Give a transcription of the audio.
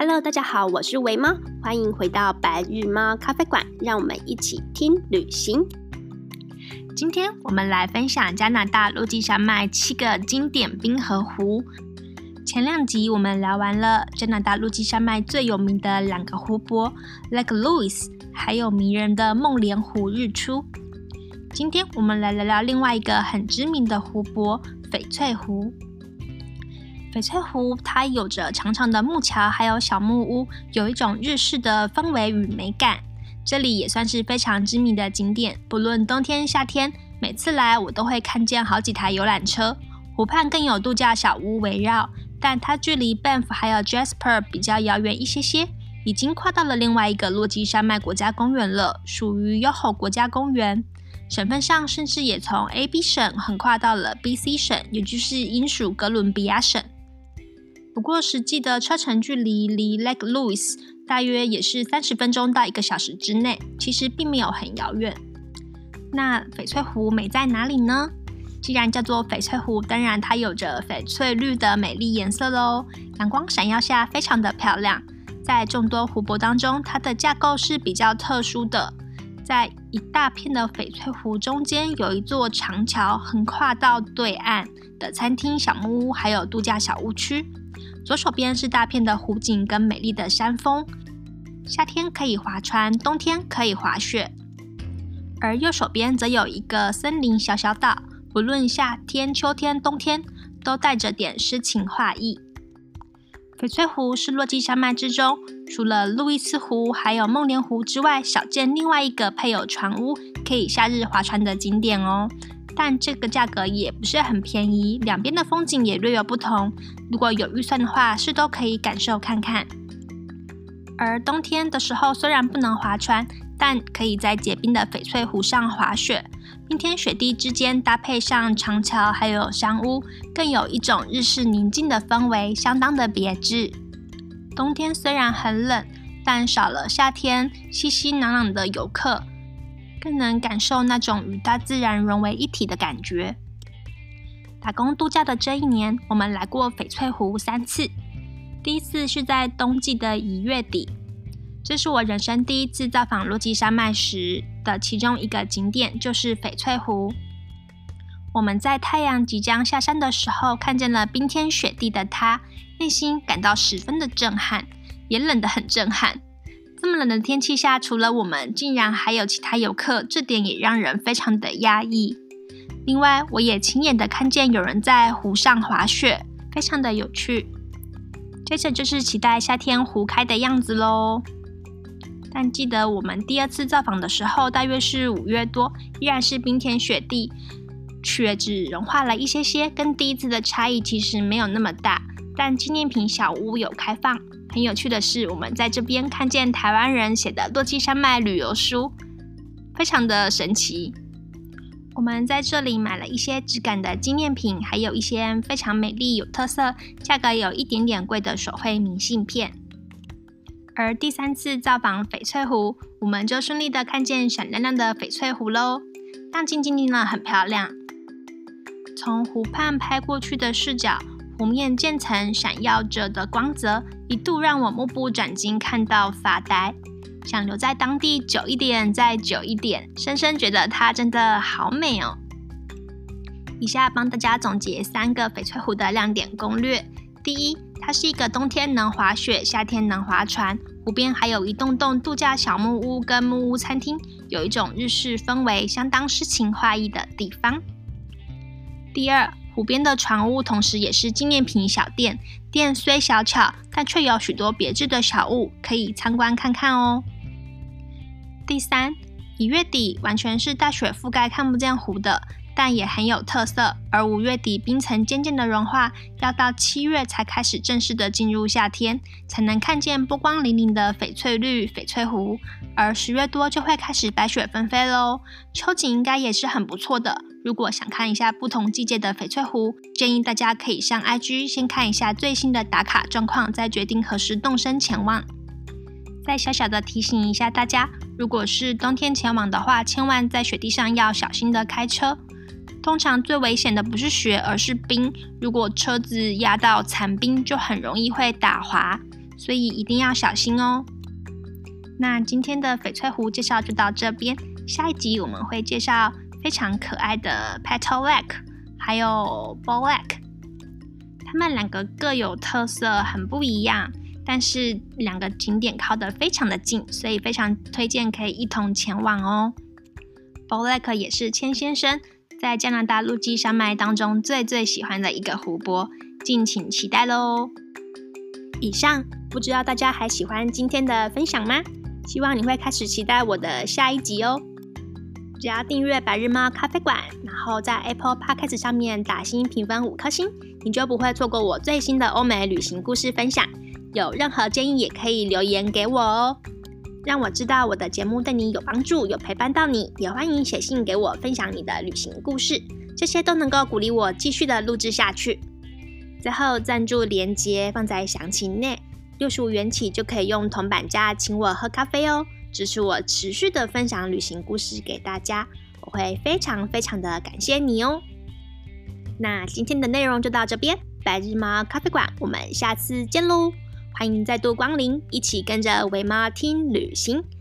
Hello， 大家好，我是维猫，欢迎回到白日猫咖啡馆，让我们一起听旅行。 今天我们来分享加拿大落基山脉7个经典冰河湖。前2集我们聊完了加拿大落基山脉最有名的2个湖泊 Lake Louise， 还有迷人的梦莲湖日出。今天我们来聊聊另外一个很知名的湖泊翡翠湖。翡翠湖它有着长长的木桥，还有小木屋，有一种日式的氛围与美感。这里也算是非常知名的景点，不论冬天夏天，每次来我都会看见好几台游览车。湖畔更有度假小屋围绕，但它距离 Banff 还有 Jasper 比较遥远一些，已经跨到了另外一个落基山脉国家公园了，属于 Yoho 国家公园。省份上甚至也从 AB 省横跨到了 BC 省，也就是英属哥伦比亚省。不过实际的车程距离离 Lake Louise 大约也是30分钟到1个小时之内，其实并没有很遥远。那翡翠湖美在哪里呢？既然叫做翡翠湖，当然它有着翡翠绿的美丽颜色咯，阳光闪耀下非常的漂亮。在众多湖泊当中，它的架构是比较特殊的，在一大片的翡翠湖中间有一座长桥，横跨到对岸的餐厅、小木屋还有度假小屋区。左手边是大片的湖景跟美丽的山峰，夏天可以划船，冬天可以滑雪。而右手边则有一个森林小小岛，不论夏天、秋天、冬天，都带着点诗情画意。翡翠湖是落基山脉之中，除了路易斯湖还有梦莲湖之外，少见另外一个配有船屋，可以夏日划船的景点哦。但这个价格也不是很便宜，两边的风景也略有不同，如果有预算的话，是都可以感受看看。而冬天的时候虽然不能划船，但可以在结冰的翡翠湖上滑雪，冰天雪地之间搭配上长桥还有山屋，更有一种日式宁静的氛围，相当的别致。冬天虽然很冷，但少了夏天熙熙攘攘的游客，更能感受那种与大自然融为一体的感觉。打工度假的这一年，我们来过翡翠湖3次。第一次是在冬季的1月底，这是我人生第一次造访落基山脉时的其中一个景点，就是翡翠湖。我们在太阳即将下山的时候，看见了冰天雪地的它，内心感到十分的震撼，也冷得很震撼。这么冷的天气下，除了我们，竟然还有其他游客，这点也让人非常的压抑。另外，我也亲眼的看见有人在湖上滑雪，非常的有趣。接着就是期待夏天湖开的样子咯。但记得我们第2次造访的时候，大约是5月多，依然是冰天雪地，雪只融化了一些，跟第1次的差异其实没有那么大，但纪念品小屋有开放。很有趣的是，我们在这边看见台湾人写的落基山脉旅游书，非常的神奇。我们在这里买了一些质感的纪念品，还有一些非常美丽有特色、价格有一点点贵的手绘明信片。而第3次造访翡翠湖，我们就顺利的看见闪亮亮的翡翠湖咯，亮晶晶的很漂亮。从湖畔拍过去的视角，湖面渐层闪耀着的光泽，一度让我目不转睛，看到发呆，想留在当地久一点，再久一点，深深觉得它真的好美哦。以下帮大家总结3个翡翠湖的亮点攻略。第一，它是一个冬天能滑雪，夏天能划船，湖边还有一栋栋度假小木屋跟木屋餐厅，有一种日式氛围，相当诗情画意的地方。第二，湖边的船屋同时也是纪念品小店，店虽小巧，但却有许多别致的小物可以参观看看哦。第三，1月底完全是大雪覆盖，看不见湖的，但也很有特色。而5月底冰层渐渐的融化，要到7月才开始正式的进入夏天，才能看见波光粼粼的翡翠绿翡翠湖。而10月多就会开始白雪纷飞咯，秋景应该也是很不错的。如果想看一下不同季节的翡翠湖，建议大家可以上 IG 先看一下最新的打卡状况，再决定何时动身前往。再小小的提醒一下大家，如果是冬天前往的话，千万在雪地上要小心的开车。通常最危险的不是雪，而是冰。如果车子压到残冰，就很容易会打滑。 所以一定要小心哦。那今天的翡翠湖介绍就到这边，下一集我们会介绍非常可爱的 Petal Lake 还有 Ball Lake， 它们两个各有特色，很不一样，但是两个景点靠得非常的近，所以非常推荐可以一同前往哦。Ball Lake 也是千先生在加拿大陆基山脉当中最喜欢的一个湖泊，敬请期待咯。以上，不知道大家还喜欢今天的分享吗？希望你会开始期待我的下一集哦。只要订阅白日猫咖啡馆，然后在 Apple Podcast 上面打星评分5颗星，你就不会错过我最新的欧美旅行故事分享。有任何建议也可以留言给我哦，让我知道我的节目对你有帮助，有陪伴到你。也欢迎写信给我分享你的旅行故事，这些都能够鼓励我继续的录制下去。最后赞助连结放在详情内，65元起就可以用铜板价请我喝咖啡哦，支持我持续的分享旅行故事给大家，我会非常的感谢你哦。那今天的内容就到这边，白日猫咖啡馆，我们下次见喽！欢迎再度光临，一起跟着维猫听旅行。